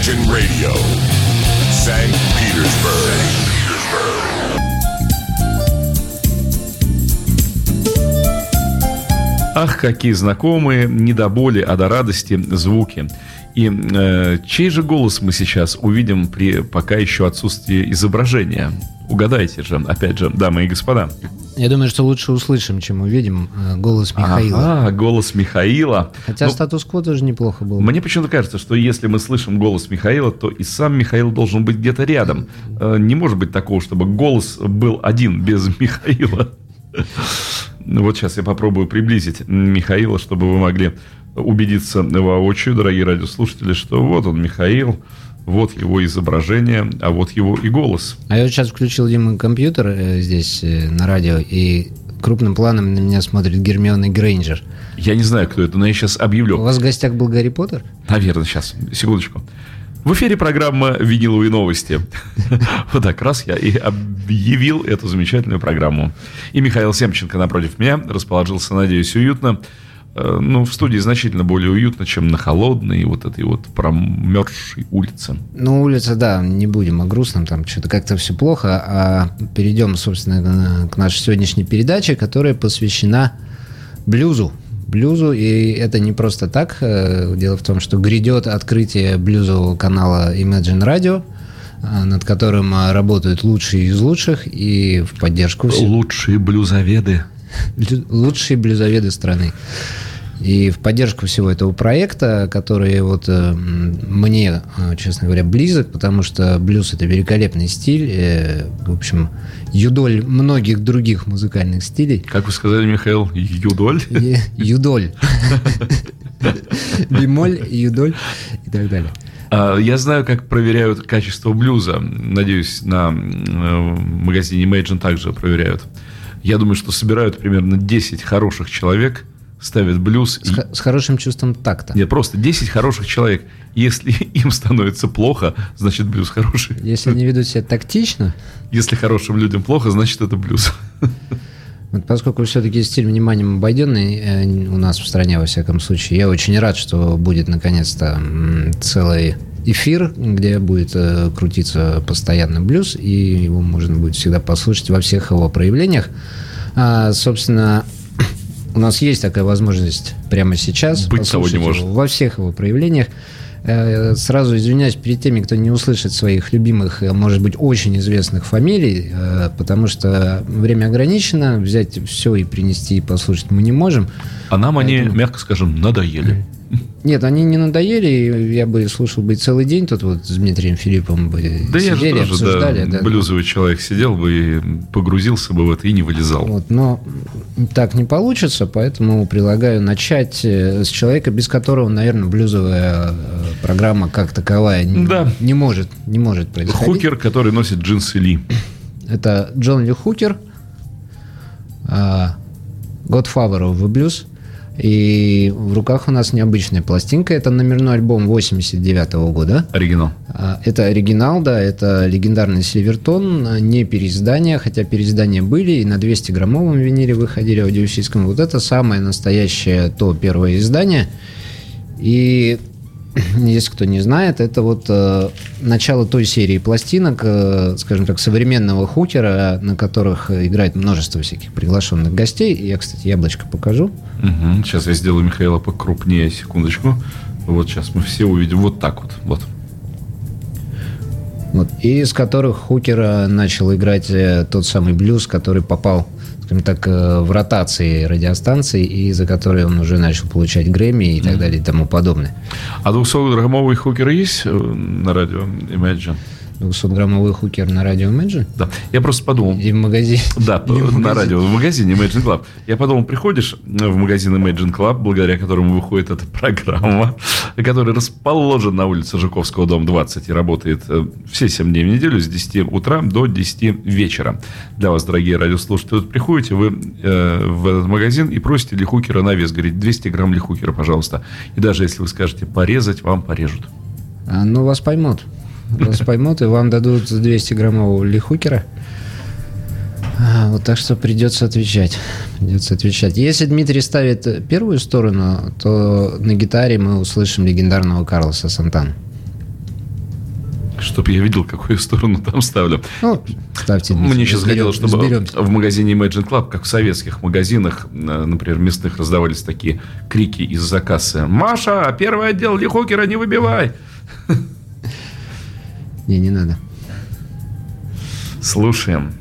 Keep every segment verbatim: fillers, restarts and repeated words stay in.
Imagine Radio, Санкт Петербург. Ах, какие знакомые, не до боли, а до радости звуки. И э, чей же голос мы сейчас увидим при пока еще отсутствии изображения? Угадайте же, опять же, дамы и господа. Я думаю, что лучше услышим, чем увидим голос Михаила. А, голос Михаила. Хотя Но статус-кво тоже неплохо было. Мне почему-то кажется, что если мы слышим голос Михаила, то и сам Михаил должен быть где-то рядом. Не может быть такого, чтобы голос был один, без Михаила. Вот сейчас я попробую приблизить Михаила, чтобы вы могли убедиться воочию, дорогие радиослушатели, что вот он, Михаил, вот его изображение, а вот его и голос. А я вот сейчас включил, Дима, компьютер здесь на радио, и крупным планом на меня смотрит Гермиона Грейнджер. Я не знаю, кто это, но я сейчас объявлю. У вас в гостях был Гарри Поттер? Наверное, сейчас, секундочку. В эфире программа «Виниловые новости». Вот так раз я и объявил эту замечательную программу. И Михаил Семченко напротив меня расположился, надеюсь, уютно. Ну, в студии значительно более уютно, чем на холодной вот этой вот промерзшей улице. Ну, улица, да, не будем о грустном, там что-то как-то все плохо. А перейдем, собственно, к нашей сегодняшней передаче, которая посвящена блюзу. Блюзу, и это не просто так. Дело в том, что грядет открытие блюзового канала Imagine Radio, над которым работают лучшие из лучших, и в поддержку... Лучшие блюзоведы. Лучшие блюзоведы страны. И в поддержку всего этого проекта, который вот мне, честно говоря, близок, потому что блюз – это великолепный стиль, в общем, юдоль многих других музыкальных стилей. Как вы сказали, Михаил, юдоль? Юдоль. Бемоль, юдоль и так далее. Я знаю, как проверяют качество блюза. Надеюсь, на магазине Imagine также проверяют. Я думаю, что собирают примерно десять хороших человек, ставят блюз. С, и... с хорошим чувством такта. Нет, просто десять хороших человек. Если им становится плохо, значит, блюз хороший. Если они ведут себя тактично. Если хорошим людям плохо, значит, это блюз. Вот поскольку все-таки стиль вниманием обойденный у нас в стране, во всяком случае, я очень рад, что будет наконец-то целый эфир, где будет э, крутиться постоянно блюз, и его можно будет всегда послушать во всех его проявлениях. А, собственно, у нас есть такая возможность прямо сейчас быть того не может. Во всех его проявлениях. Э, сразу извиняюсь перед теми, кто не услышит своих любимых, может быть, очень известных фамилий, э, потому что время ограничено, взять все и принести и послушать мы не можем. А нам Поэтому... они, мягко скажем, надоели. Нет, они не надоели, я бы слушал бы целый день, тут вот с Дмитрием Филипповым бы да сидели, я же тоже, обсуждали. Да, да, блюзовый человек сидел бы и погрузился бы в это и не вылезал. Вот, но так не получится, поэтому предлагаю начать с человека, без которого, наверное, блюзовая программа как таковая да. не, не, может, не может происходить. Хукер, который носит джинсы Ли. Это Джон Ли Хукер, Godfather of the Blues. И в руках у нас необычная пластинка. Это номерной альбом восемьдесят девятого года. Оригинал. Это оригинал, да. Это легендарный Сильвертон. Не переиздания, хотя переиздания были. И на двести-граммовом виниле выходили аудиофильском. Вот это самое настоящее то первое издание. И если кто не знает, это вот э, начало той серии пластинок, э, скажем так, современного хукера, на которых играет множество всяких приглашенных гостей. Я, кстати, яблочко покажу. Угу. Сейчас я сделаю Михаила покрупнее, секундочку. Вот сейчас мы все увидим вот так вот. Вот. Вот. И из которых хукер начал играть э, тот самый блюз, который попал, скажем так, в ротации радиостанций, и за которые он уже начал получать Грэмми и так mm-hmm. далее и тому подобное. А двухсотграммовый хукер есть на радио Imagine? двухсотграммовый хукер на радио Imagine? Да. Я просто подумал... И в магазине. Да, и на магазин. радио, в магазине Imagine Club. Я подумал, приходишь в магазин Imagine Club, благодаря которому выходит эта программа, которая расположена на улице Жуковского, дом двадцать, и работает все семь дней в неделю с десяти утра до десяти вечера. Для вас, дорогие радиослушатели, тут приходите вы э, в этот магазин и просите Ли Хукера на вес. Говорите, двести грамм Ли Хукера, пожалуйста. И даже если вы скажете порезать, вам порежут. А, ну, вас поймут. Вас поймут, и вам дадут двести-граммового Ли Хукера. А, вот так что придется отвечать. Придется отвечать. Если Дмитрий ставит первую сторону, то на гитаре мы услышим легендарного Карлоса Сантану. Чтоб я видел, какую сторону там ставлю. Ну, ставьте. Мне сейчас разберем, хотелось, чтобы разберемся. в магазине Imagine Club, как в советских магазинах, например, мясных, раздавались такие крики из-за кассы. «Маша, первый отдел Лихокера не выбивай!» Не, не надо. Слушаем.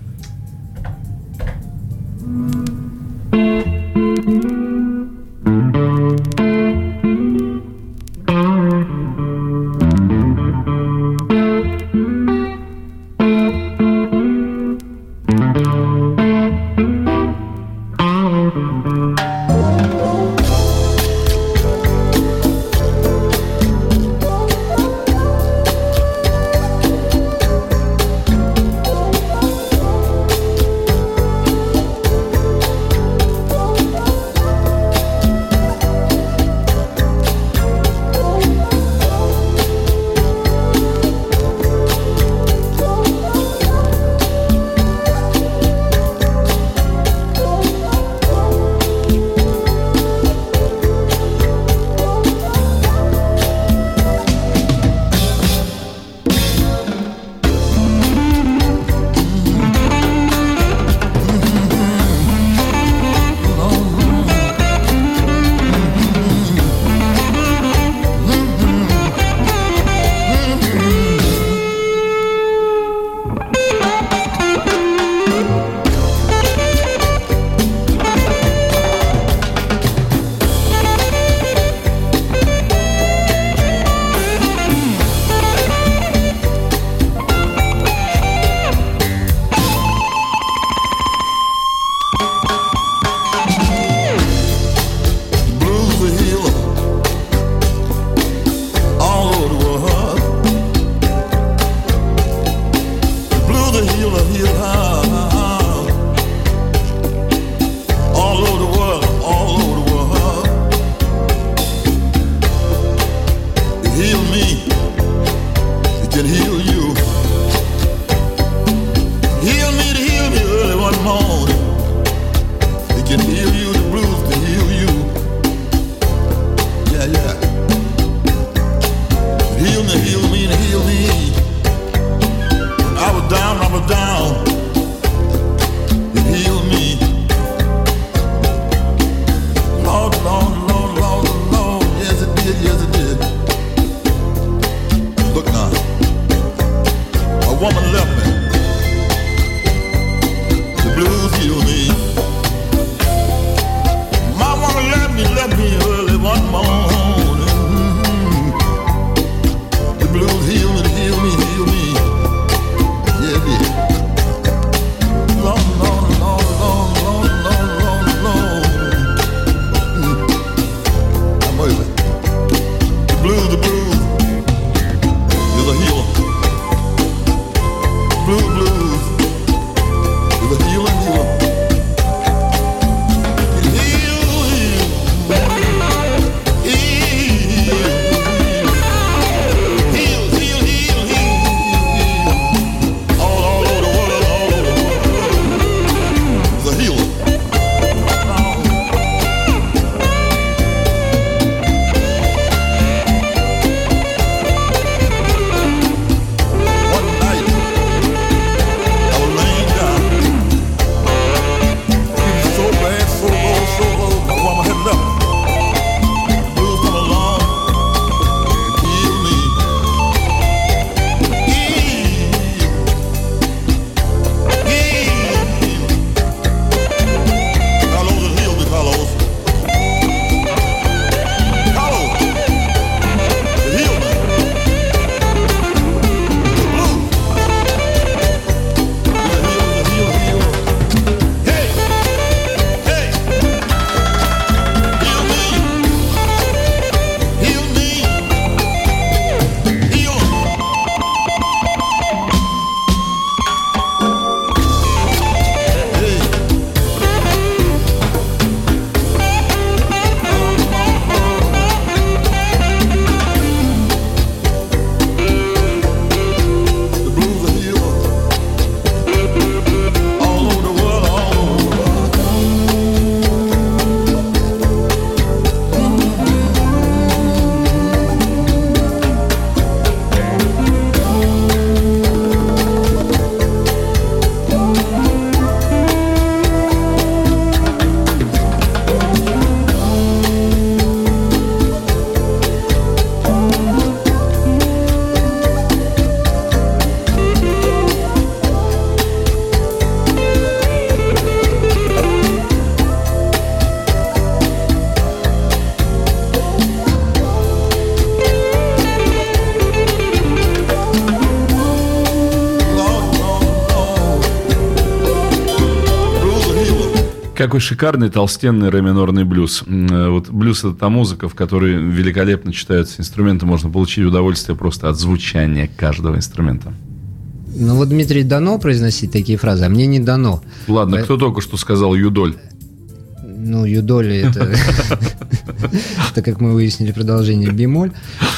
Какой шикарный толстенный ре минорный блюз. Вот блюз – это та музыка, в которой великолепно читаются инструменты. Можно получить удовольствие просто от звучания каждого инструмента. Ну вот Дмитрий дано произносить такие фразы, а мне не дано. Ладно, По... кто только что сказал юдоль? Ну, юдоль – это, это, как мы выяснили, продолжение бемоль.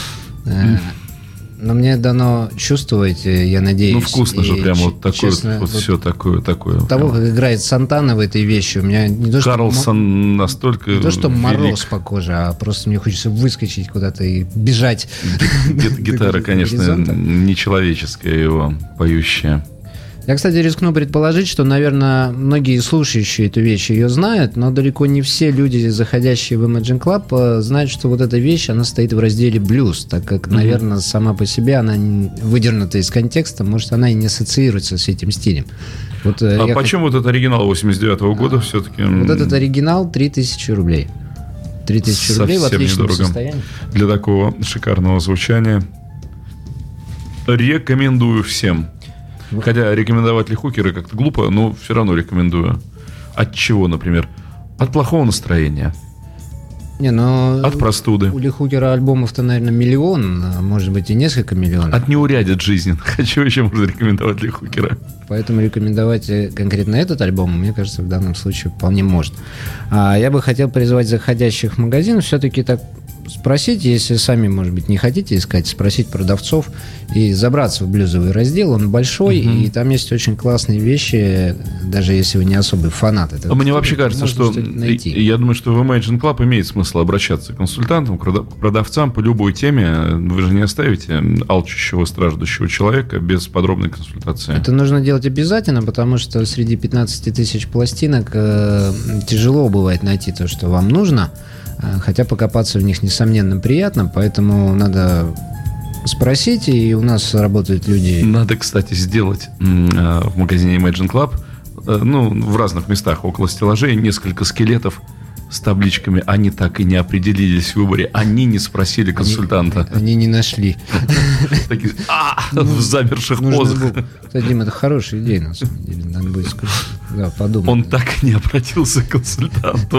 Но мне дано чувствовать, я надеюсь. Ну, вкусно же, прям вот такое, честно, вот, вот все такое, такое. Того, как играет Сантана в этой вещи, у меня не то, что... Карлсон настолько Не то, что велик. Мороз по коже, а просто мне хочется выскочить куда-то и бежать. Гитара, конечно, нечеловеческая его, поющая. Я, кстати, рискну предположить, что, наверное, многие слушающие эту вещь ее знают, но далеко не все люди, заходящие в Imagine Club, знают, что вот эта вещь, она стоит в разделе блюз, так как, наверное, сама по себе она выдернута из контекста, может, она и не ассоциируется с этим стилем. Вот, а почем хот... вот этот оригинал восемьдесят девятого года а, все-таки? Вот этот оригинал три тысячи рублей. три тысячи рублей в отличном недорого. Состоянии. Для такого шикарного звучания рекомендую всем. Хотя рекомендовать Лихукера как-то глупо, но все равно рекомендую. От чего, например? От плохого настроения. Не, но от простуды. У Лихукера альбомов-то, наверное, миллион, а может быть и несколько миллионов. От неурядиц жизненных. А чего еще можно рекомендовать Лихукера? Поэтому рекомендовать конкретно этот альбом, мне кажется, в данном случае вполне можно. А я бы хотел призвать заходящих в магазин все-таки так спросить, если сами, может быть, не хотите искать, спросить продавцов и забраться в блюзовый раздел. Он большой, угу. и там есть очень классные вещи, даже если вы не особый фанат этого. Мне вообще кажется, что я думаю, что в Imagine Club имеет смысл обращаться к консультантам, к продавцам по любой теме. Вы же не оставите алчущего, страждущего человека без подробной консультации. Это нужно делать обязательно, потому что среди пятнадцати тысяч пластинок э, тяжело бывает найти то, что вам нужно. Хотя покопаться в них, несомненно, приятно, поэтому надо спросить, и у нас работают люди... Надо, кстати, сделать в магазине Imagine Club, ну, в разных местах около стеллажей, несколько скелетов с табличками. Они так и не определились в выборе. Они не спросили консультанта. Они, они не нашли. Такие, в замерших позах. Кстати, Дим, это хорошая идея, на самом деле. Надо будет подумать. Он так и не обратился к консультанту.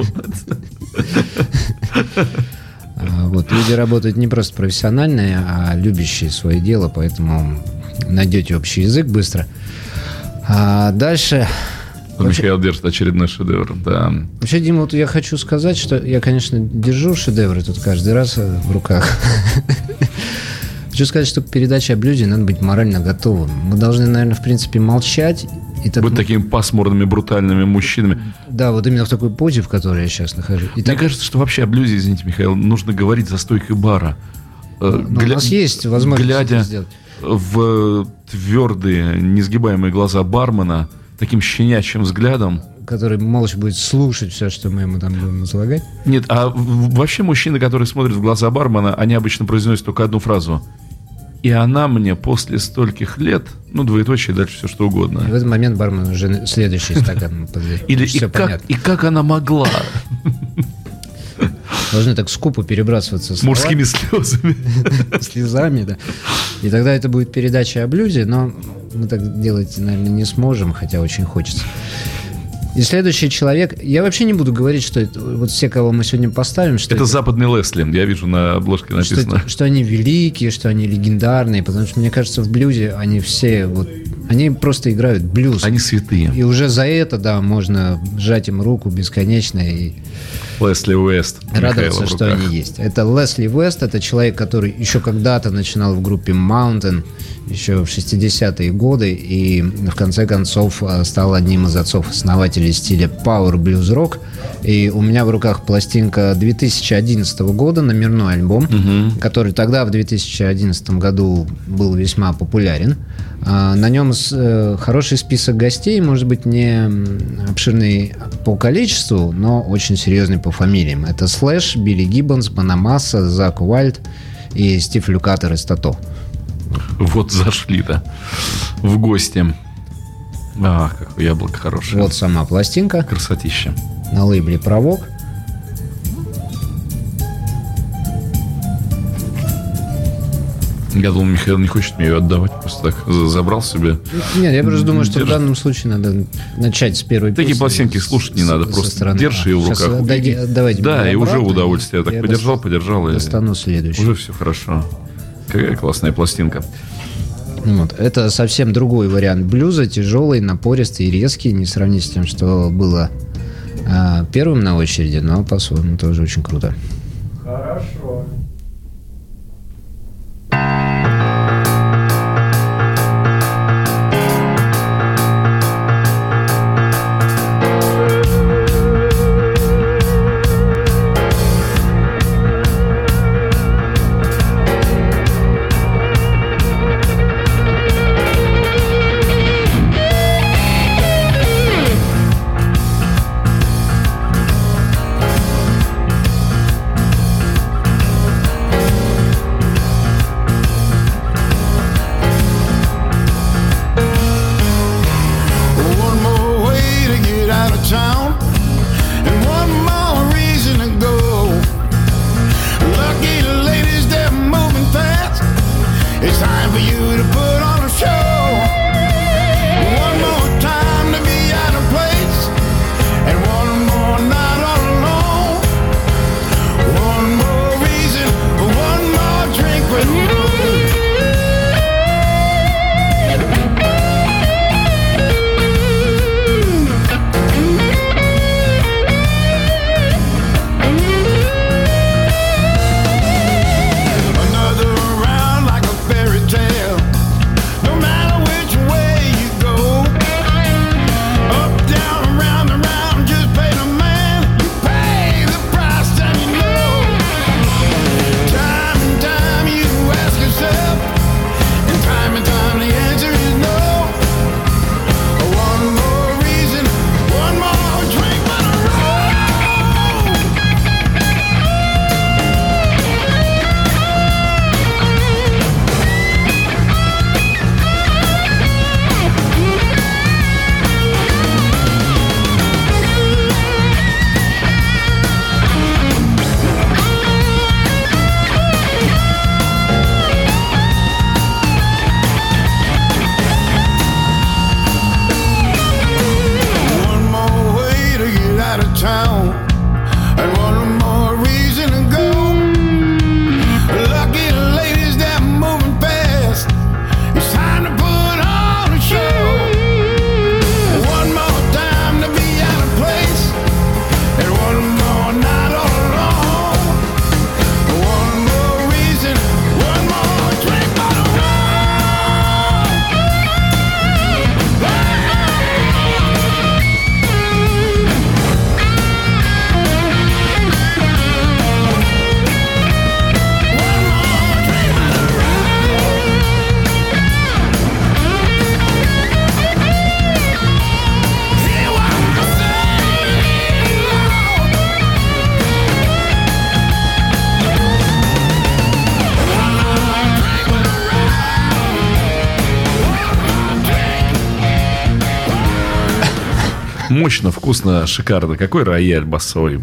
Вот, люди работают не просто профессиональные, а любящие свое дело, поэтому найдете общий язык быстро. А дальше... Вообще... Михаил держит очередной шедевр, да. Вообще, Дима, вот я хочу сказать, что я, конечно, держу шедевры тут каждый раз в руках. Хочу сказать, что к передаче о блюзе надо быть морально готовым. Мы должны, наверное, в принципе, молчать. И так... Быть такими пасмурными, брутальными мужчинами. Да, вот именно в такой позе, в которой я сейчас нахожусь. И Мне так... кажется, что вообще о блюзе, извините, Михаил, нужно говорить за стойкой бара. Гля... У нас есть возможность глядя это сделать. В твердые, несгибаемые глаза бармена, таким щенячьим взглядом, который молча будет слушать все, что мы ему там будем излагать. Нет, а вообще мужчины, которые смотрят в глаза бармена, они обычно произносят только одну фразу. И она мне после стольких лет, ну, двоеточие, дальше все что угодно. И в этот момент бармен уже следующий стакан подлил. Или и как, и как она могла? Должны так скупо перебрасываться с мужскими слезами. Слезами, да. И тогда это будет передача о блюзе, но мы так делать, наверное, не сможем, хотя очень хочется. И следующий человек... Я вообще не буду говорить, что это, вот все, кого мы сегодня поставим... Что это, это западный Лесли, я вижу на обложке написано. Что, что они великие, что они легендарные, потому что, мне кажется, в блюзе они все... Вот, они просто играют блюз. Они святые. И уже за это, да, можно сжать им руку бесконечно и... Лесли Уэст. Радоваться, что они есть. Это Лесли Уэст, это человек, который еще когда-то начинал в группе Mountain, еще в шестидесятые годы, и в конце концов стал одним из отцов-основателей стиля Power Blues Rock. И у меня в руках пластинка две тысячи одиннадцатого года, номерной альбом, угу. который тогда, в две тысячи одиннадцатом году, был весьма популярен. На нем хороший список гостей, может быть, не обширный по количеству, но очень серьезный по фамилиям. Это Слэш, Билли Гиббонс, Банамасса, Зак Уайльд и Стив Лукатер из Тото. Вот зашли-то в гости. А, какое яблоко хорошее. Вот сама пластинка. Красотища. На лейбле «Провок». Я думал, Михаил не хочет мне ее отдавать, просто так забрал себе. Нет, я просто думаю, что в данном случае надо начать с первой песни. Такие пластинки слушать не надо, просто держи ее в руках. Давайте. Да, и уже удовольствие. Я так подержал, подержал. Достану следующий. Уже все хорошо. Какая классная пластинка. Вот. Это совсем другой вариант блюза, тяжелый, напористый и резкий, не сравнить с тем, что было а, первым на очереди, но по-своему тоже очень круто. Хорошо. Мощно, вкусно, шикарно. Какой рояль басовый.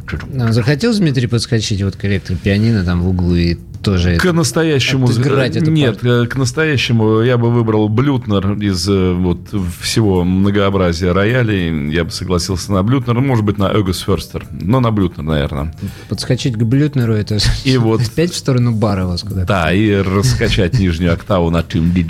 Захотел Дмитрий подскочить вот к электропианино там в углу и тоже к настоящему отыграть эту нет, партию? к настоящему я бы выбрал Блютнер из вот всего многообразия роялей. Я бы согласился на Блютнер, может быть, на August Förster, но на Блютнер, наверное. Подскочить к Блютнеру — это и вот опять в сторону бара вас куда-то. Да, и раскачать нижнюю октаву на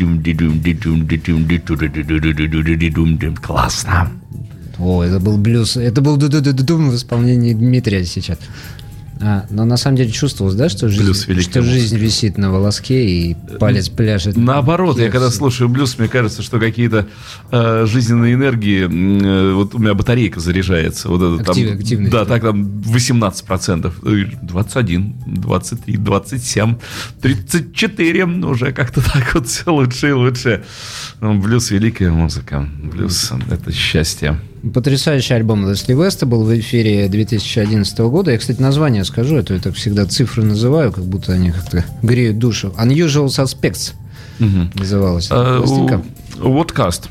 классно. О, это был блюз, это был ду-ду-ду-ду-дум в исполнении Дмитрия сейчас. А, но на самом деле чувствовалось, да, что жизнь, что жизнь висит на волоске и палец пляшет. Наоборот, я когда слушаю блюз, мне кажется, что какие-то э, жизненные энергии, э, вот у меня батарейка заряжается. Вот это, Актив, там, активность. Да, так там восемнадцать процентов, двадцать один, двадцать три, двадцать семь, тридцать четыре, уже как-то так вот все лучше и лучше. Блюз — великая музыка. Блюз — это счастье. Потрясающий альбом Лесли Веста был в эфире две тысячи одиннадцатого года. Я, кстати, название скажу, а то я так всегда цифры называю, как будто они как-то греют душу. Unusual Suspects угу. называлась эта пластинка. Whatcast.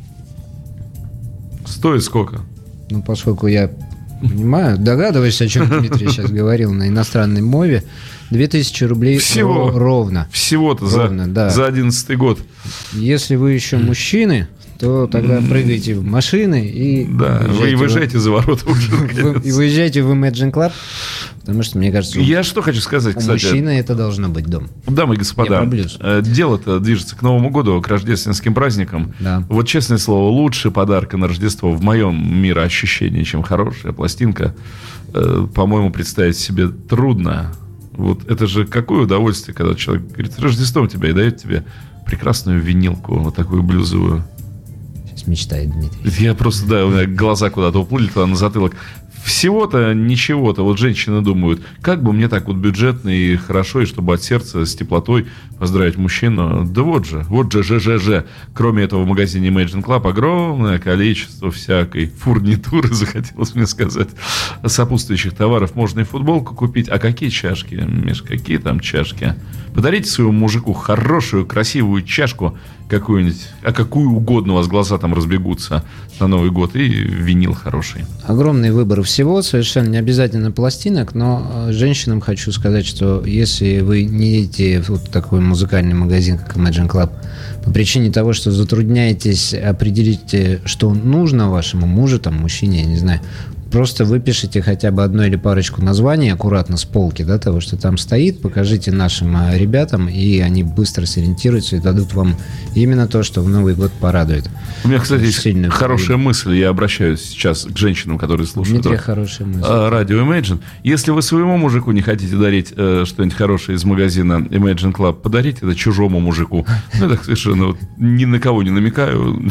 Стоит сколько? Ну, поскольку я понимаю, догадываюсь, о чем Дмитрий сейчас говорил на иностранной мове. две тысячи рублей Всего. ро- ровно. Всего-то Ровно, за, да. за одиннадцатый год. Если вы еще мужчины, то тогда прыгайте в машины и Да, вы в- выезжайте за ворота уже. вы- и выезжайте в Imagine Club, потому что, мне кажется, у- Я что хочу сказать, у кстати. мужчины это должно быть дом. Дамы и господа, Я про блюз. э, дело-то движется к Новому году, к рождественским праздникам. Да. Вот, честное слово, лучше подарка на Рождество в моем мироощущении, чем хорошая пластинка, э, по-моему, представить себе трудно. Вот это же какое удовольствие, когда человек говорит, с Рождеством тебя, и дает тебе прекрасную винилку, вот такую блюзовую. Сейчас мечтает Дмитрий. Я просто, да, у меня глаза куда-то уплыли туда на затылок. Всего-то ничего-то. Вот женщины думают, как бы мне так вот бюджетно и хорошо, и чтобы от сердца с теплотой поздравить мужчину. Да вот же, вот же, же, же, же. Кроме этого, в магазине Imagine Club огромное количество всякой фурнитуры, захотелось мне сказать, сопутствующих товаров. Можно и футболку купить. А какие чашки, Миш, какие там чашки? Подарите своему мужику хорошую, красивую чашку какую-нибудь, а какую угодно у вас глаза там разбегутся на Новый год, и винил хороший. Огромный выбор всего, совершенно не обязательно пластинок, но э, женщинам хочу сказать, что если вы не едете в вот такой музыкальный магазин, как Imagine Club, по причине того, что затрудняетесь определить, э, что нужно вашему мужу, там, мужчине, я не знаю, просто выпишите хотя бы одно или парочку названий аккуратно с полки, да, того, что там стоит, покажите нашим а, ребятам, и они быстро сориентируются и дадут вам именно то, что в Новый год порадует. У меня, кстати, есть Сильную хорошая мысль. Я обращаюсь сейчас к женщинам, которые слушают Дмитрий, ра- хорошая мысль. а, радио Imagine. Если вы своему мужику не хотите дарить э, что-нибудь хорошее из магазина Imagine Club, подарите это чужому мужику. Ну, я так совершенно вот ни на кого не намекаю.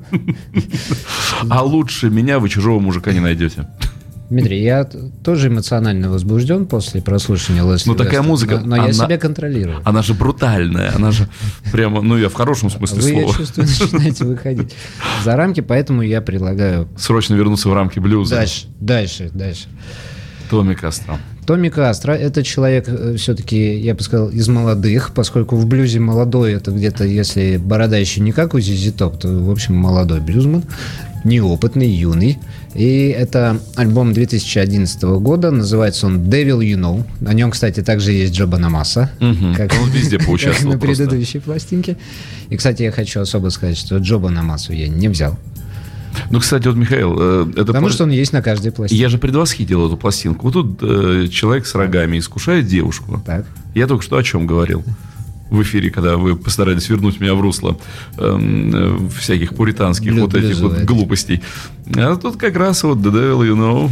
А лучше меня вы чужого мужика не найдете. Дмитрий, я т- тоже эмоционально возбужден после прослушивания Лесли Ну, такая Веста, музыка, но, но я она- себя контролирую. Она же брутальная, она же прямо, ну, я в хорошем смысле Вы, я слова. чувствую, начинаете выходить за рамки, поэтому я предлагаю Срочно вернуться в рамки блюза. дальше, дальше, дальше. Томми Кастро. Томми Кастро – это человек, э, все-таки, я бы сказал, из молодых, поскольку в блюзе молодой – это где-то, если борода еще не как у Зизи Топ, то, в общем, молодой блюзман, неопытный, юный. И это альбом две тысячи одиннадцатого года, называется он «Devil You Know». На нем, кстати, также есть Джо Бонамасса, Мгм. как, Он везде как поучаствовал на просто. предыдущей пластинке. И, кстати, я хочу особо сказать, что Джо Бонамассу я не взял, Ну, кстати, вот, Михаил, э, это... потому пла- что он есть на каждой пластинке. Я же предвосхитил эту пластинку. Вот тут э, человек с рогами искушает девушку. Так. Я только что о чем говорил в эфире, когда вы постарались вернуть меня в русло эм, э, всяких пуританских Блю- вот этих вот блюзовое. глупостей. А тут как раз вот The Devil You Know.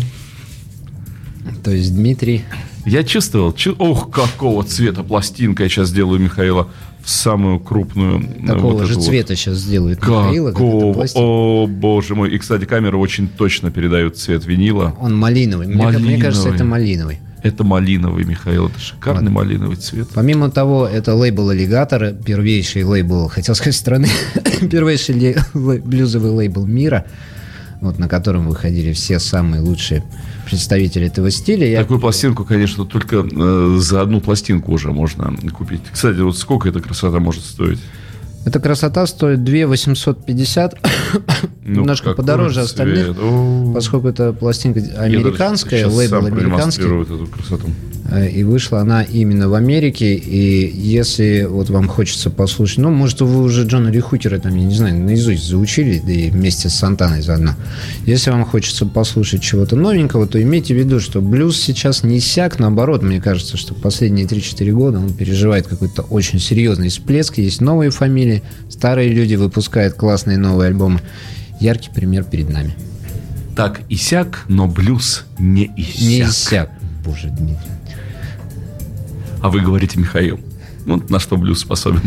То есть Дмитрий... Я чувствовал, чу- ох, какого цвета пластинка я сейчас сделаю Михаила в самую крупную. э, Такого вот же эту вот. цвета сейчас сделает Михаила, как эта Какого? пластинка. О, боже мой. И, кстати, камера очень точно передает цвет винила. Он малиновый. Мне, как- мне кажется, Малиновый. это малиновый. Это малиновый, Михаил. Это шикарный малиновый цвет. Помимо того, это лейбл «Аллигатор», первейший лейбл, хотел сказать, страны, первейший лей- лей- блюзовый лейбл мира, вот, на котором выходили все самые лучшие представители этого стиля. Я- Такую пластинку, конечно, только э, за одну пластинку уже можно купить. Кстати, вот сколько эта красота может стоить? Эта красота стоит две тысячи восемьсот пятьдесят, Ну, немножко какой подороже цвет. остальных, О, поскольку это пластинка я даже американская, сейчас лейбл сам американский. продемонстрирую эту красоту. Э, И вышла она именно в Америке. И если вот вам хочется послушать, ну, может, вы уже Джона Ли Хукера, там, я не знаю, наизусть заучили, да и вместе с Сантаной заодно. Если вам хочется послушать чего-то новенького, то имейте в виду, что блюз сейчас не иссяк, наоборот, мне кажется, что последние три-четыре года он переживает какой-то очень серьезный всплеск. Есть новые фамилии, старые люди выпускают классные новые альбомы. Яркий пример перед нами. Так, иссяк, но блюз не иссяк. Не иссяк. Боже, Дмитрий. А вы говорите, Михаил, ну, на что блюз способен?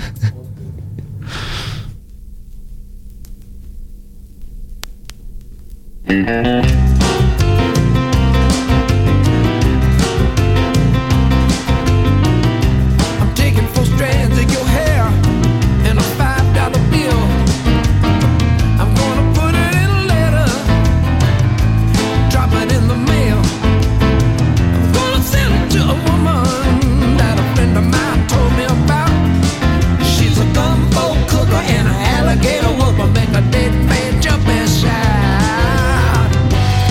I'm taking four strands of your hair and a five dollar bill. I'm gonna put it in a letter, drop it in the mail. I'm gonna send it to a woman that a friend of mine told me about. She's a gumbo cooker and an alligator whooper, make a dead man jump and shout.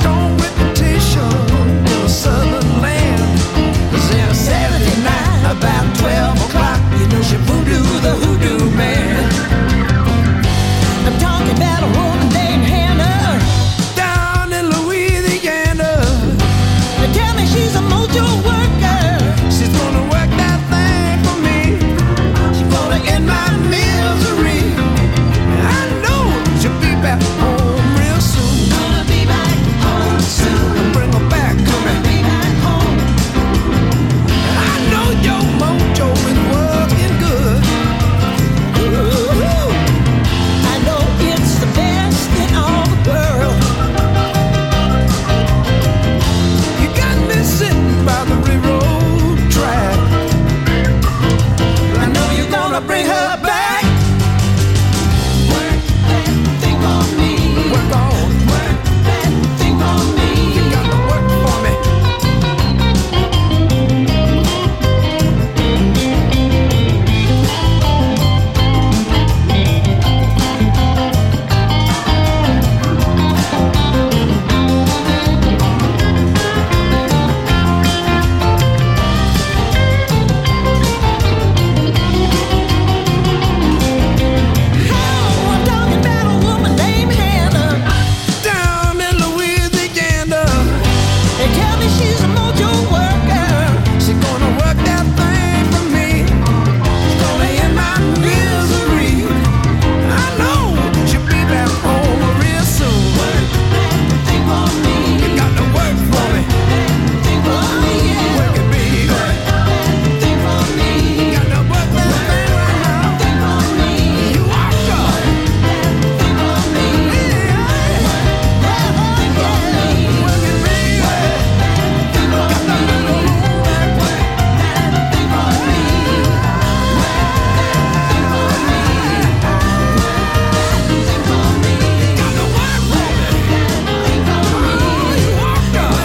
strong reputation in a southern land. Then Saturday night about twelve o'clock, you know she voodoo the hoodoo man. I'm talking about a woman named Hannah down in Louisiana. They tell me she's a mojo worker. She's gonna work that thing for me. She's gonna end my misery. I know she'll be back home real soon. Gonna be back home soon. Bring her back to me. Be back home. I know your mojo is working good. Ooh, I know it's the best in all the world. You got me sitting by the railroad track. I know you're gonna bring her back. Work that thing on me. Work on. Work that thing on me. You got to work for me. Oh, I'm talking about a woman named Hannah down in Louisiana. They tell me she's a mojo worker. She's gonna work that thing for me. She's gonna end my misery. I know she'll be back home real soon. Work that thing for me. You got to work for me. Oh yeah. Work it, baby. Work that thing for me. You got to work that thing right now. Thing for me. You are sure. Thing for me. Yeah. Work that thing for me. Work it, baby. Work that thing for me. Got that little room back. Work that thing for me. Work that thing for me. Work that thing for me. Got to work for me. Thing for me. You are sure.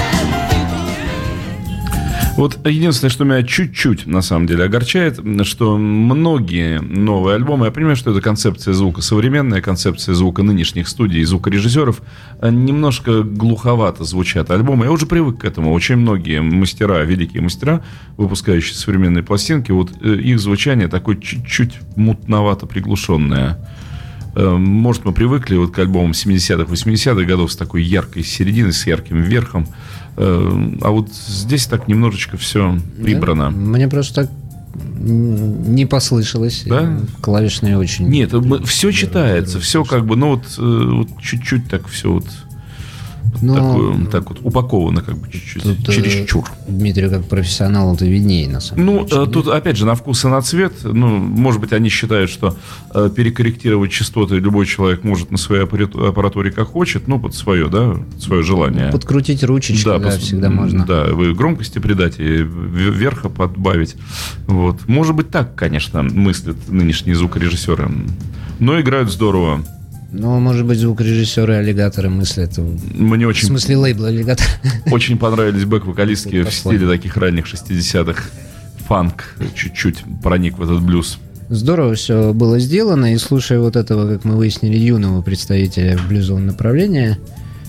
Вот единственное, что меня чуть-чуть, на самом деле, огорчает, что многие новые альбомы, я понимаю, что это концепция звука, современная концепция звука нынешних студий, звукорежиссеров, немножко глуховато звучат альбомы. Я уже привык к этому. Очень многие мастера, великие мастера, выпускающие современные пластинки, вот э, их звучание такое чуть-чуть мутновато приглушенное. Э, Может, мы привыкли вот к альбомам семидесятых, восьмидесятых годов с такой яркой серединой, с ярким верхом. Э, А вот здесь так немножечко все прибрано. Да? Мне просто так м, не послышалось. Да? Клавишные очень... Нет, все читается, все как бы, ну вот, э, вот чуть-чуть так все вот Но- такое, так вот упаковано как бы чуть-чуть, Тут, э, чересчур. Дмитрий, как профессионал, это виднее, на самом Ну, деле. э, тут, опять же, на вкус и на цвет. Ну, может быть, они считают, что э, перекорректировать частоты любой человек может на своей аппарат- аппаратуре как хочет, ну, под свое, да, под свое желание. Подкрутить ручечки, да, пос- всегда можно. Да, вы громкости придать и в- верха подбавить. Вот. Может быть, так, конечно, мыслят нынешние звукорежиссеры. Но играют здорово. Но, может быть, звукорежиссеры и аллигаторы мыслят. Мне В очень, смысле, лейбл аллигатор. очень понравились бэк-вокалистки в Послание. стиле таких ранних шестидесятых. Фанк чуть-чуть проник в этот блюз. Здорово все было сделано, и слушая вот этого, как мы выяснили, юного представителя блюзового направления,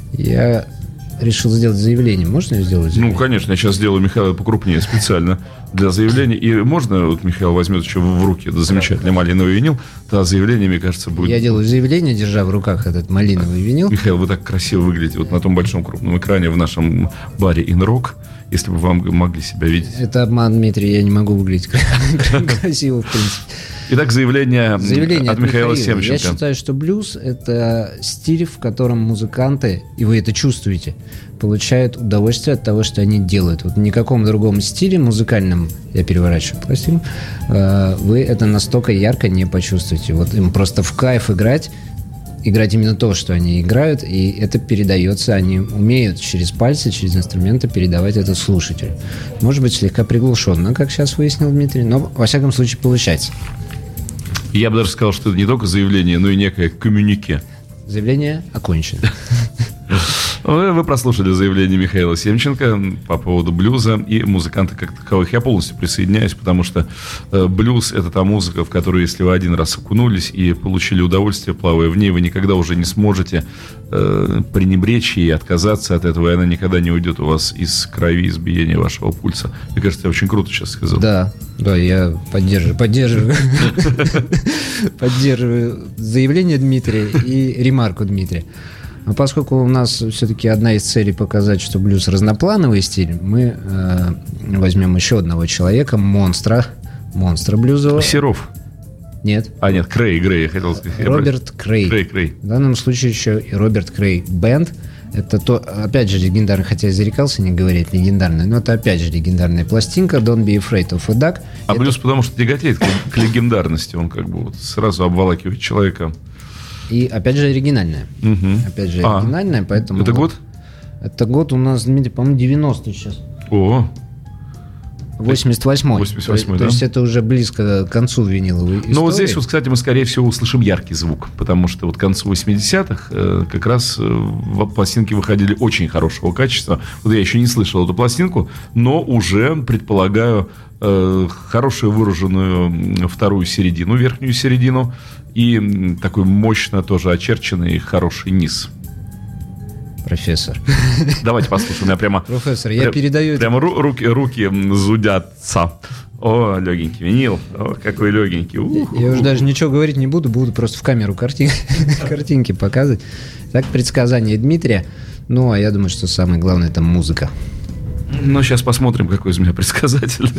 я решил сделать заявление. Можно я сделать Ну, заявление? конечно, я сейчас сделаю Михаила покрупнее специально для заявления. И можно, вот Михаил возьмет еще в руки этот замечательный малиновый винил, тогда заявление, мне кажется, будет... Я делаю заявление, держа в руках этот малиновый винил. Михаил, вы так красиво выглядите вот на том большом крупном экране в нашем баре «Инрок», если бы вам могли себя видеть. Это обман, Дмитрий, я не могу выглядеть красиво, в принципе. Итак, заявление, Заявление от Михаила Я Семченко. считаю, что блюз — это стиль, в котором музыканты, и вы это чувствуете, получают удовольствие от того, что они делают. Вот в никаком другом стиле музыкальном, я переворачиваю пластинку, э, вы это настолько ярко не почувствуете. Вот им просто в кайф играть, играть именно то, что они играют, и это передается, они умеют через пальцы, через инструменты передавать это слушателю. Может быть, слегка приглушенно, как сейчас выяснил Дмитрий, но, во всяком случае, получается. Я бы даже сказал, что это не только заявление, но и некое коммюнике. Заявление окончено. Вы прослушали заявление Михаила Семченко по поводу блюза и музыканта как таковых. Я полностью присоединяюсь, потому что блюз — это та музыка, в которую, если вы один раз окунулись и получили удовольствие, плавая в ней, вы никогда уже не сможете э, пренебречь и отказаться от этого, и она никогда не уйдет у вас из крови, из биения вашего пульса. Мне кажется, я очень круто сейчас сказал. Да, да, я поддерживаю, поддерживаю, поддерживаю заявление Дмитрия и ремарку Дмитрия. Но поскольку у нас все-таки одна из целей показать, что блюз разноплановый стиль, мы э, возьмем еще одного человека, монстра, монстра блюзового. Серов. Нет. А, нет, Крей, Грей, я хотел сказать. Роберт Крей. Крей, Крей. В данном случае еще и Роберт Крей Бэнд. Это то, опять же, легендарный, хотя я зарекался не говорить легендарный, но это опять же легендарная пластинка Don't Be Afraid of a Duck. А это... блюз потому что тяготеет к, к легендарности, он как бы вот сразу обволакивает человека. И опять же оригинальная. Угу. Опять же А, оригинальная, поэтому... это вот, год? Это год у нас, Дмитрий, по-моему, девяностый сейчас. О, восемьдесят восьмой. восемьдесят восьмой, то, да? то есть это уже близко к концу виниловой истории. Ну вот здесь вот, кстати, мы, скорее всего, услышим яркий звук, потому что вот к концу восьмидесятых э, как раз э, пластинки выходили очень хорошего качества. Вот я еще не слышал эту пластинку, но уже предполагаю э, хорошую выраженную вторую середину, верхнюю середину, и такой мощно тоже очерченный хороший низ. Профессор. Давайте послушаем. У меня прямо... Профессор, я прям, передаю... Прямо ру- руки, руки зудятся. О, легенький винил. О, какой легенький. Ух, Я ух, уже ух. даже ничего говорить не буду, буду просто в камеру картин... картинки показывать. Так, предсказание Дмитрия. Ну, а я думаю, что самое главное — это музыка. Ну, сейчас посмотрим, какой из меня предсказатель.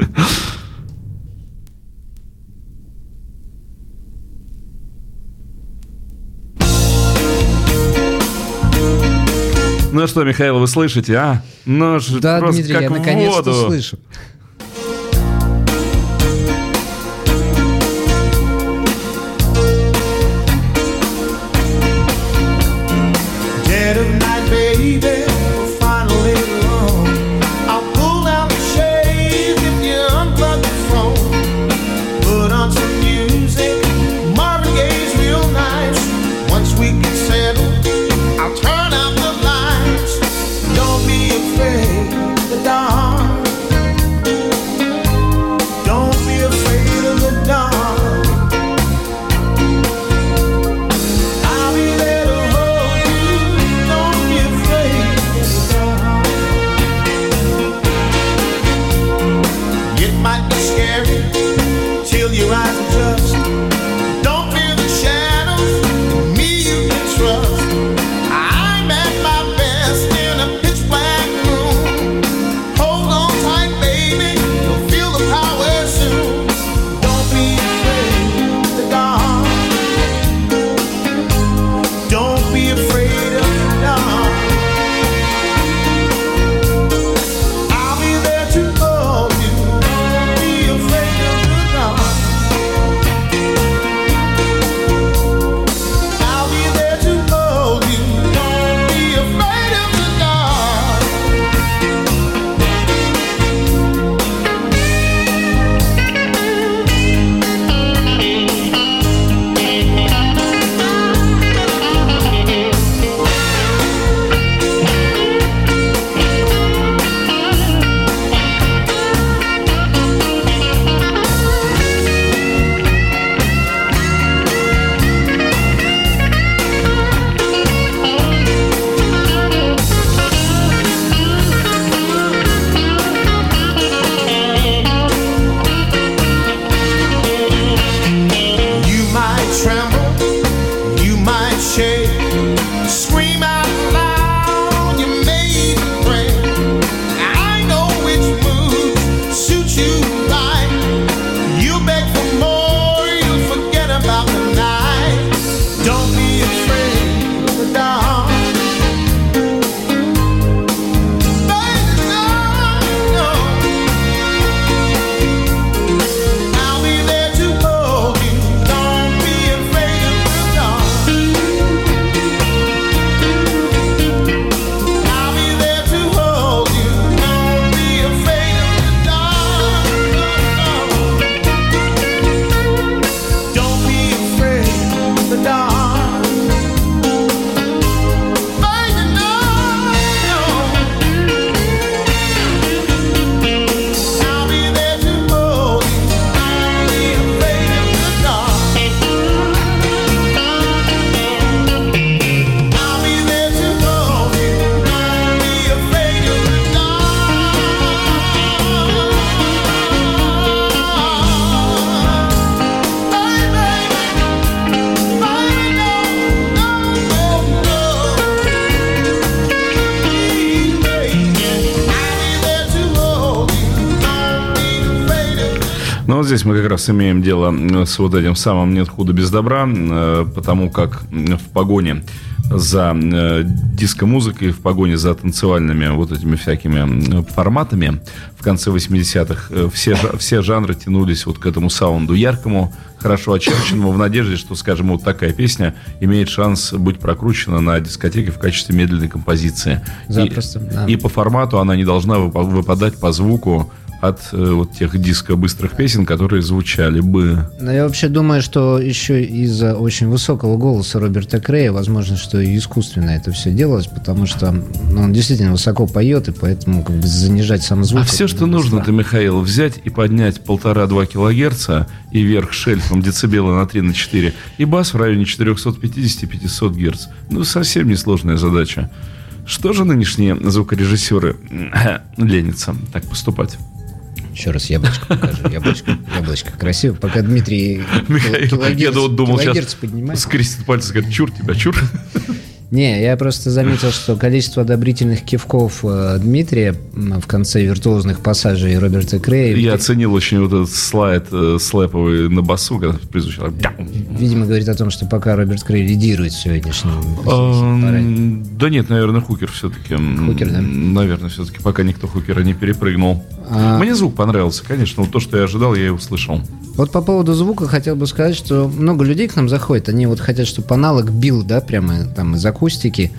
Ну что, Михаил, вы слышите, а? Ну, ж- Да, просто Дмитрий, как я в наконец-то воду. слышу. Dead of night, baby, we're finally alone. I'll pull down the shades if you unplug the phone. Put on some music, Marvin Gaye's real nice. Once we get settled, I'll turn out the lights. Don't be afraid of the dark. Don't be afraid of the dark. I'll be there to hold you. Don't be afraid Ну, вот здесь мы как раз имеем дело с вот этим самым «нет худа без добра», потому как в погоне за диско-музыкой, в погоне за танцевальными вот этими всякими форматами в конце восьмидесятых все, все жанры тянулись вот к этому саунду яркому, хорошо очерченному, в надежде, что, скажем, вот такая песня имеет шанс быть прокручена на дискотеке в качестве медленной композиции. Запросто, и, да. и по формату она не должна выпадать по звуку от э, вот тех диско-быстрых песен, которые звучали бы. Но я вообще думаю, что еще из-за очень высокого голоса Роберта Крея, возможно, что и искусственно это все делалось, потому что ну, он действительно высоко поет, и поэтому как бы занижать сам звук. А все, что нужно, это, Михаил, взять и поднять полтора-два килогерца и вверх шельфом децибела на три на четыре, и бас в районе четыреста пятьдесят - пятьсот герц. Ну, совсем несложная задача. Что же нынешние звукорежиссеры ленятся так поступать? Еще раз яблочко покажу. Яблочко, яблочко красиво. Пока Дмитрий Михаил, килогерц, я вот думал, килогерц сейчас поднимает. скрестит пальцы и скажет: чур тебя, чур. Не, я просто заметил, что количество одобрительных кивков э, Дмитрия в конце виртуозных пассажей Роберта Крея... Я оценил очень вот этот слайд э, слэповый на басу, когда прозвучал. Видимо, говорит о том, что пока Роберт Крей лидирует в сегодняшнем параде. Да нет, наверное, Хукер все-таки. Хукер, да? Наверное, все-таки пока никто Хукера не перепрыгнул. А... Мне звук понравился, конечно. Вот то, что я ожидал, я и услышал. Вот по поводу звука хотел бы сказать, что много людей к нам заходит, они вот хотят, чтобы аналог бил, да, прямо там из акустики.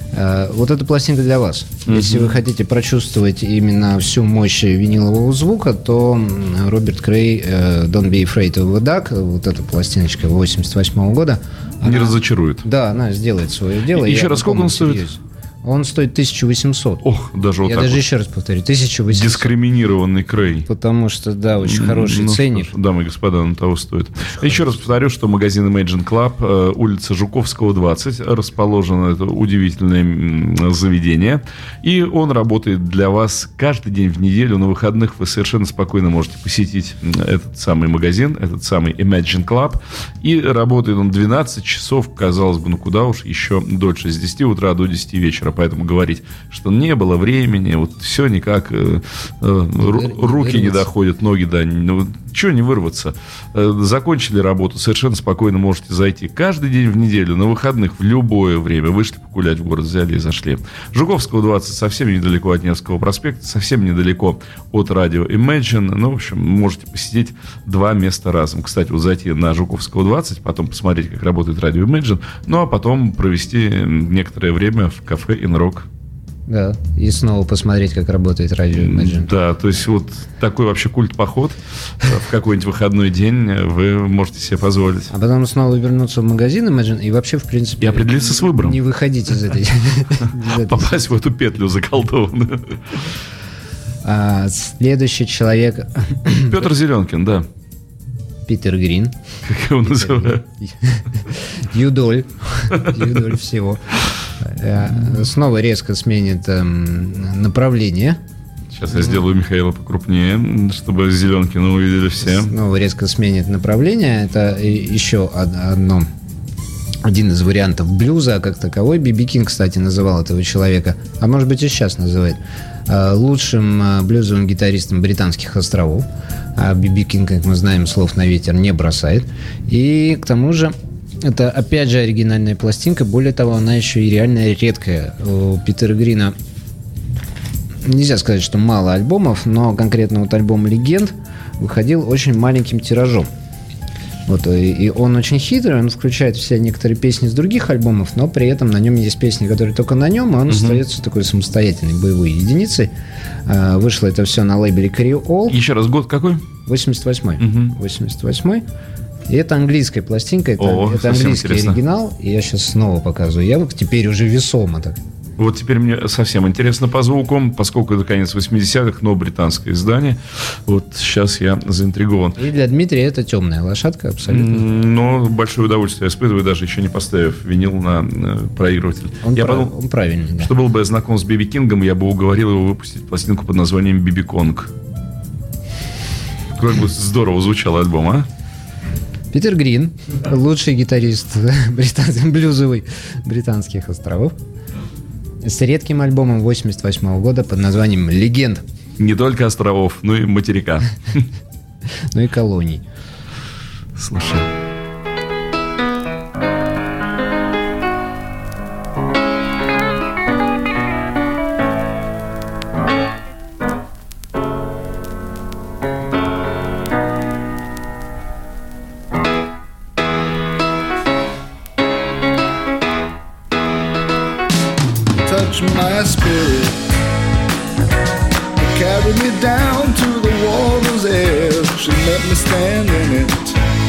Э, вот эта пластинка для вас. Mm-hmm. Если вы хотите прочувствовать именно всю мощь винилового звука, то Роберт Крей, э, Don't Be Afraid of the Dark, вот эта пластиночка восемьдесят восьмого года. Не она, разочарует. Да, она сделает свое дело. Еще раз, сколько он стоит? Серьез. Он стоит тысяча восемьсот. Ох, даже вот Я так даже вот. еще раз повторю, тысяча восемьсот. Дискриминированный Крей. Потому что, да, очень хороший Ну, ценник. что ж, дамы и господа, на того стоит. Еще раз повторю, что магазин Imagine Club, э, улица Жуковского, двадцать, расположено это удивительное м, заведение. И он работает для вас каждый день в неделю. На выходных вы совершенно спокойно можете посетить этот самый магазин, этот самый Imagine Club. И работает он двенадцать часов, казалось бы, ну куда уж, еще дольше, с десяти утра до десяти вечера. Поэтому говорить, что не было времени, вот все никак, э, э, ру, руки не доходят, ноги, да, ну, чего не вырваться. Э, закончили работу, совершенно спокойно можете зайти каждый день в неделю, на выходных, в любое время. Вышли погулять в город, взяли и зашли. Жуковского, двадцать, совсем недалеко от Невского проспекта, совсем недалеко от радио Imagine. Ну, в общем, можете посетить два места разом. Кстати, вот зайти на Жуковского, двадцать, потом посмотреть, как работает радио Imagine, ну, а потом провести некоторое время в кафе In-Rock. Да, и снова посмотреть, как работает радио Imagine. Да, то есть вот такой вообще культ-поход в какой-нибудь выходной день вы можете себе позволить. А потом снова вернуться в магазин Imagine и вообще, в принципе... И определиться с выбором. Не выходить из этой... Попасть в эту петлю заколдованную. Следующий человек... Петр Зеленкин, да. Питер Грин. Как его называют? Юдоль. Юдоль всего. Снова резко сменит направление. Сейчас я сделаю Михаила покрупнее, чтобы Зеленкина увидели все. Снова резко сменит направление. Это еще одно, один из вариантов блюза как таковой. Би Би Кинг, кстати, называл этого человека, а может быть и сейчас называет, лучшим блюзовым гитаристом Британских островов. А Би Би Кинг, как мы знаем, слов на ветер не бросает. И к тому же это, опять же, оригинальная пластинка. Более того, она еще и реально редкая. У Питера Грина нельзя сказать, что мало альбомов, но конкретно вот альбом «Легенд» выходил очень маленьким тиражом. Вот, и он очень хитрый, он включает все некоторые песни с других альбомов, но при этом на нем есть песни, которые только на нем, и он uh-huh. остается такой самостоятельной боевой единицей. Вышло это все на лейбле Creole. Еще раз, год какой? восемьдесят восьмой. Uh-huh. восемьдесят восьмой. И это английская пластинка, это, О, это английский интересно. Оригинал. И я сейчас снова показываю явок, теперь уже весомо так. Вот теперь мне совсем интересно по звуку, поскольку это конец восьмидесятых, но британское издание. Вот сейчас я заинтригован. И для Дмитрия это темная лошадка абсолютно. Но большое удовольствие я испытываю, даже еще не поставив винил на проигрыватель. Он, я прав... подумал, он правильный, да. Что был бы я знаком с Би Би Кингом, я бы уговорил его выпустить пластинку под названием Би Би Конг. Как бы здорово звучал альбом, а? Питер Грин, лучший гитарист британ... блюзовый Британских островов, с редким альбомом восемьдесят восьмого года под названием «Легенд». Не только островов, но и материка. но и колоний. Слушай. Touch my spirit, carry me down to the water's edge and let me stand in it.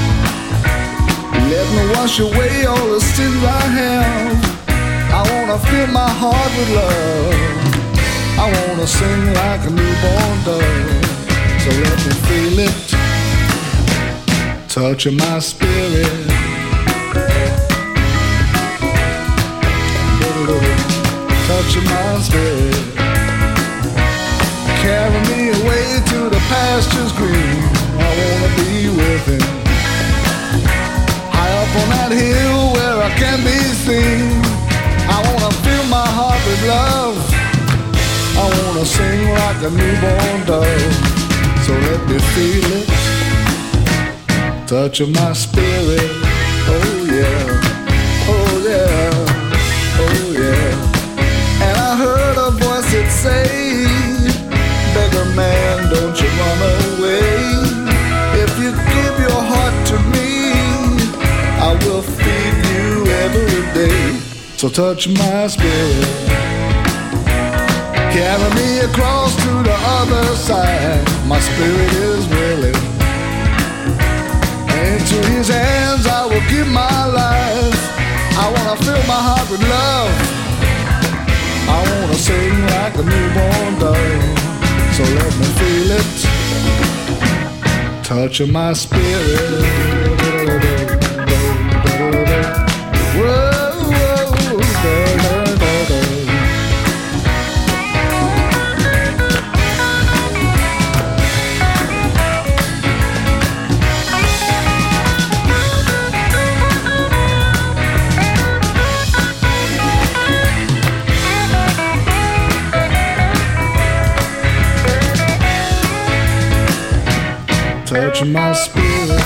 Let me wash away all the sins I have. I wanna fill my heart with love. I wanna sing like a newborn dove. So let me feel it, touching my spirit. Touching my spirit, carry me away to the pastures green. I wanna be with him, high up on that hill where I can be seen. I wanna fill my heart with love. I wanna sing like a newborn dove. So let me feel it, touching my spirit. Oh yeah, oh yeah, oh yeah. And I heard a voice that say, beggar man, don't you run away. If you give your heart to me, I will feed you every day. So touch my spirit, carry me across to the other side. My spirit is willing, into his hands I will give my life. I wanna fill my heart with love. I wanna sing like a newborn dove. So let me feel it, touching my spirit. Whoa, whoa, da, da, da, da. Touching my spirit,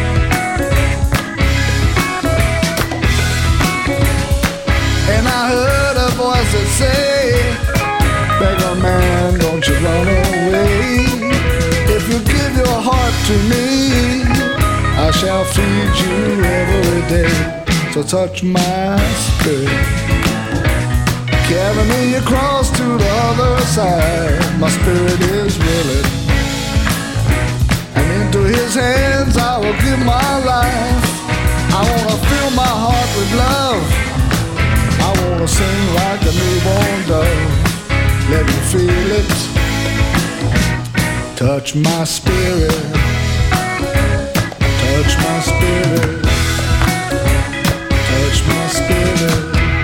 and I heard a voice that say, beggar man, don't you run away. If you give your heart to me, I shall feed you every day. So touch my spirit, carry me across to the other side. My spirit is willing, into his hands I will give my life. I wanna fill my heart with love. I wanna sing like a newborn dove. Let me feel it, touch my spirit, touch my spirit, touch my spirit,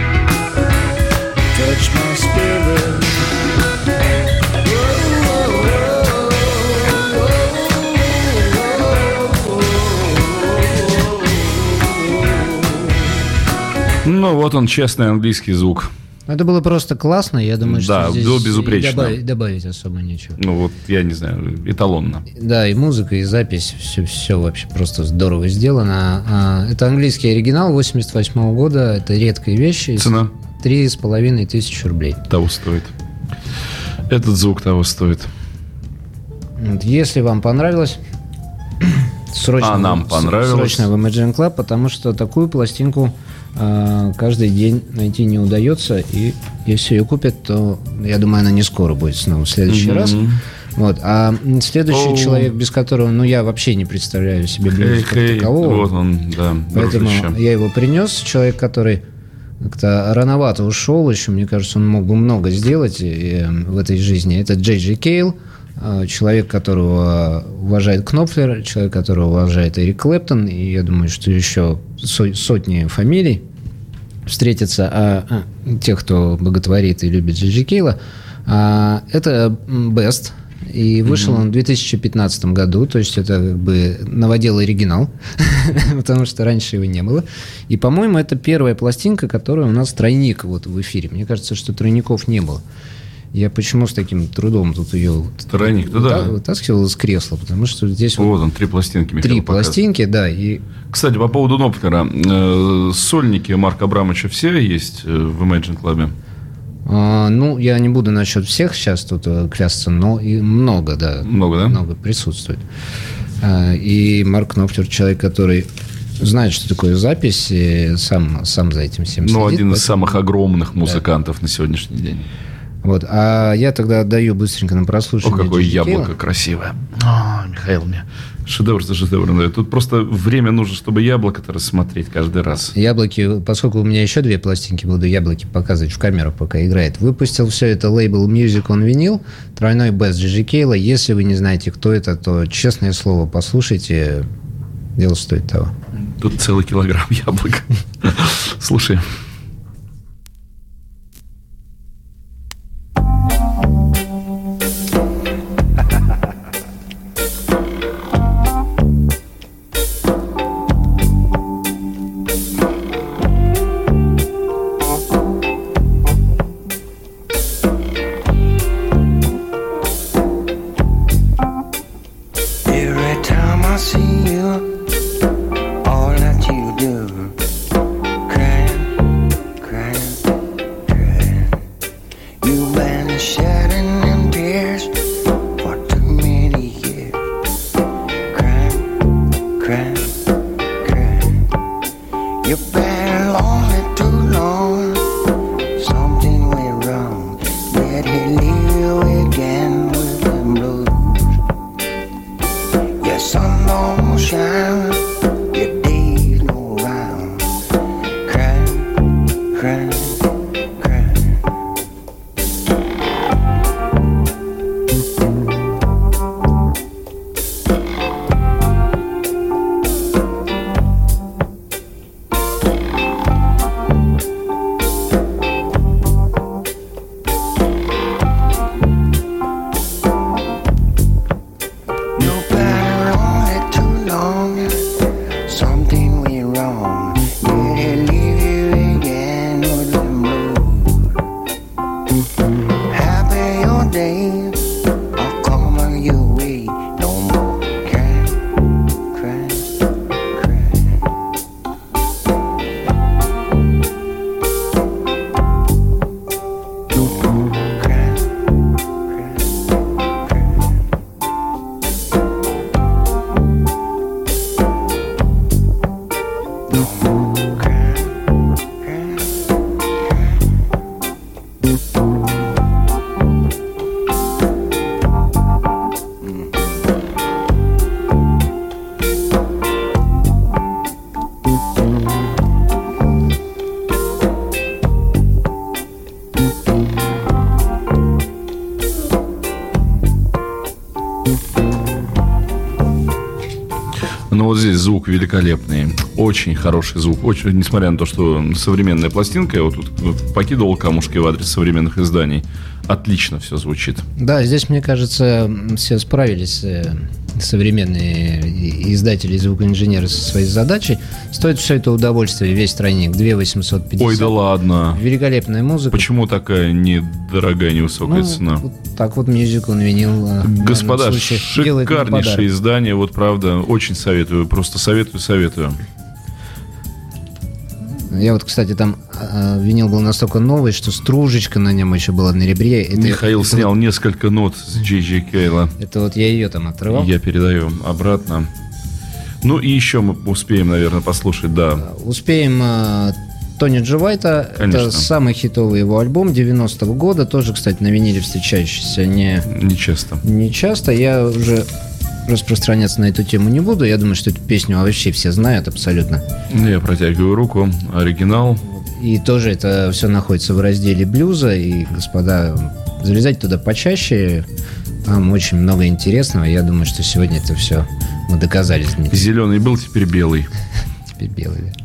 touch my spirit. Ну, вот он, честный английский звук. Это было просто классно, я думаю, что да, здесь было безупречно. Добавить, добавить особо нечего. Ну, вот, я не знаю, эталонно. Да, и музыка, и запись, все, все вообще просто здорово сделано. Это английский оригинал восемьдесят восьмого года, это редкая вещь. Цена? Три с половиной тысячи рублей. Того стоит. Этот звук того стоит. Вот, если вам понравилось, срочно, а нам понравилось. Срочно в Imagine Club, потому что такую пластинку э, каждый день найти не удается. И если ее купят, то, я думаю, она не скоро будет снова в следующий mm-hmm. раз. Вот. А следующий oh. человек, без которого, ну, я вообще не представляю себе блюз как hey, такового. Вот он, да. Поэтому дружище. Я его принес. Человек, который как-то рановато ушел еще, мне кажется, он мог бы много сделать э, в этой жизни. Это Джей Джей Кейл, э, человек, которого уважает Кнопфлер, человек, которого уважает Эрик Клэптон, и я думаю, что еще со- сотни фамилий встретятся, а, а, тех, кто боготворит и любит Джей Джей Кейла. А, это Best, и вышел mm-hmm. он в две тысячи пятнадцатом году, то есть это как бы новодел оригинал, потому что раньше его не было. И, по-моему, это первая пластинка, которая у нас тройник вот в эфире. Мне кажется, что тройников не было. Я почему с таким трудом тут ее Тройник-то, да. вытаскивал из кресла? Потому что здесь вот он, три пластинки Михаил три показывает. пластинки, да. И... Кстати, по поводу Нопфлера. Э, сольники Марка Абрамовича все есть в Imagine Club? А, ну, я не буду насчет всех сейчас тут клясться, но и много, да. Много, да? Много присутствует. А, и Марк Knopfler, человек, который знает, что такое запись, и сам, сам за этим всем следит. Ну, один из поэтому... самых огромных музыкантов да. на сегодняшний день. Вот. А я тогда отдаю быстренько на прослушивание. О, какое Джей Джей яблоко Кейла. красивое. О, Михаил мне шедевр за шедевром дает. Тут просто время нужно, чтобы яблоко-то рассмотреть каждый раз. Яблоки, поскольку у меня еще две пластинки, буду яблоки показывать в камеру, пока играет. Выпустил все это лейбл Music on Vinyl, тройной бест Джей Джей Кейла. Если вы не знаете, кто это, то, честное слово, послушайте. Дело стоит того. Тут целый килограмм яблок. Слушай. Every time I see you, all that you do, crying, crying, crying. You've been shedding them tears for too many years, crying, crying, crying. You've been lonely too long, something went wrong. Did he leave you again with them blues? Your sun don't shine, your days go round. Crying, crying, crying. You've been lonely too long, something went wrong. Did he leave you again with them blues? Happy your days are coming your way. No more crying, crying, crying. No more crying, crying, crying. No more crying, crying, Ну, вот здесь звук великолепный. Очень хороший звук. Очень, несмотря на то, что современная пластинка, я вот тут покидывал камушки в адрес современных изданий. Отлично все звучит. Да, здесь, мне кажется, все справились, э, современные и- издатели и звукоинженеры со своей задачей. Стоит все это удовольствие, весь тройник, две тысячи восемьсот пятьдесят. Ой, да ладно. Великолепная музыка. Почему такая недорогая, невысокая Ну, цена? вот так вот Music on Vinyl, э, в Господа, данном случае делает нам шикарнейшее подарок. издание. Вот правда, очень советую. Просто советую, советую. Я вот, кстати, там э, винил был настолько новый, что стружечка на нем еще была на ребре. Это, Михаил это снял вот- несколько нот с Джей Джей Кейла. это вот я ее там отрывал. Я передаю обратно. Ну и еще мы успеем, наверное, послушать, да. Успеем э, Тони Джо Уайта. Конечно. Это самый хитовый его альбом девяностого года. Тоже, кстати, на виниле встречающийся не, Нечасто. не часто. Я уже распространяться на эту тему не буду. Я думаю, что эту песню вообще все знают абсолютно. Я протягиваю руку. Оригинал. И тоже это все находится в разделе блюза. И, господа, залезайте туда почаще. Там очень много интересного. Я думаю, что сегодня это все мы доказали. Дмитрий. Зеленый был, теперь белый. Теперь белый. да.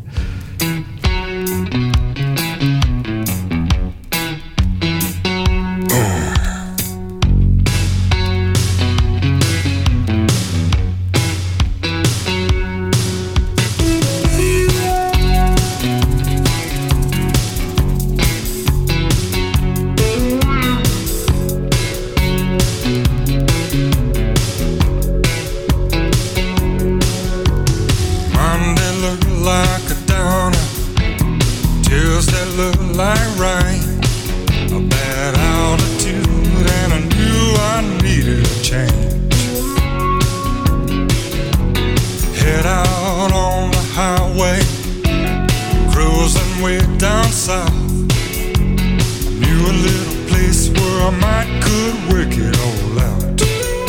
I might could work it all out.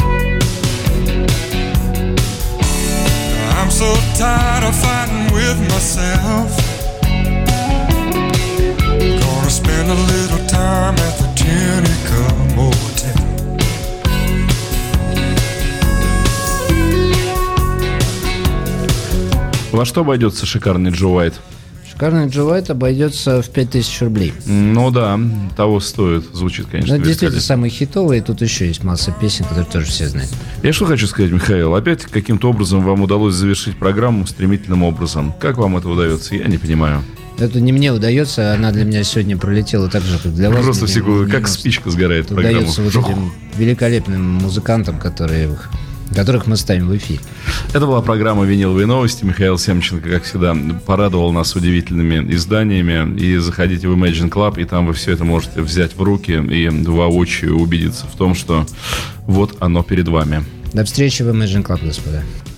I'm so tired of fighting with myself. Gonna spend a little time at the Tunica Motel. Во что обойдется шикарный Джо Уайт? Шикарный Джо Уайт обойдется в пять тысяч рублей. Ну да, того стоит. Звучит, конечно, Ну, действительно, великолепно. самый хитовый. И тут еще есть масса песен, которые тоже все знают. Я что хочу сказать, Михаил. Опять каким-то образом вам удалось завершить программу стремительным образом. Как вам это удается, я не понимаю. Это не мне удается, она для меня сегодня пролетела так же, как для вас. Просто в Мне- секунду, мне как нас- спичка сгорает Это программа. удается вот Жух. этим великолепным музыкантам, которые, которых мы ставим в эфир. Это была программа «Виниловые новости». Михаил Семченко, как всегда, порадовал нас удивительными изданиями. И заходите в Imagine Club, и там вы все это можете взять в руки и воочию убедиться в том, что вот оно перед вами. До встречи в Imagine Club, господа.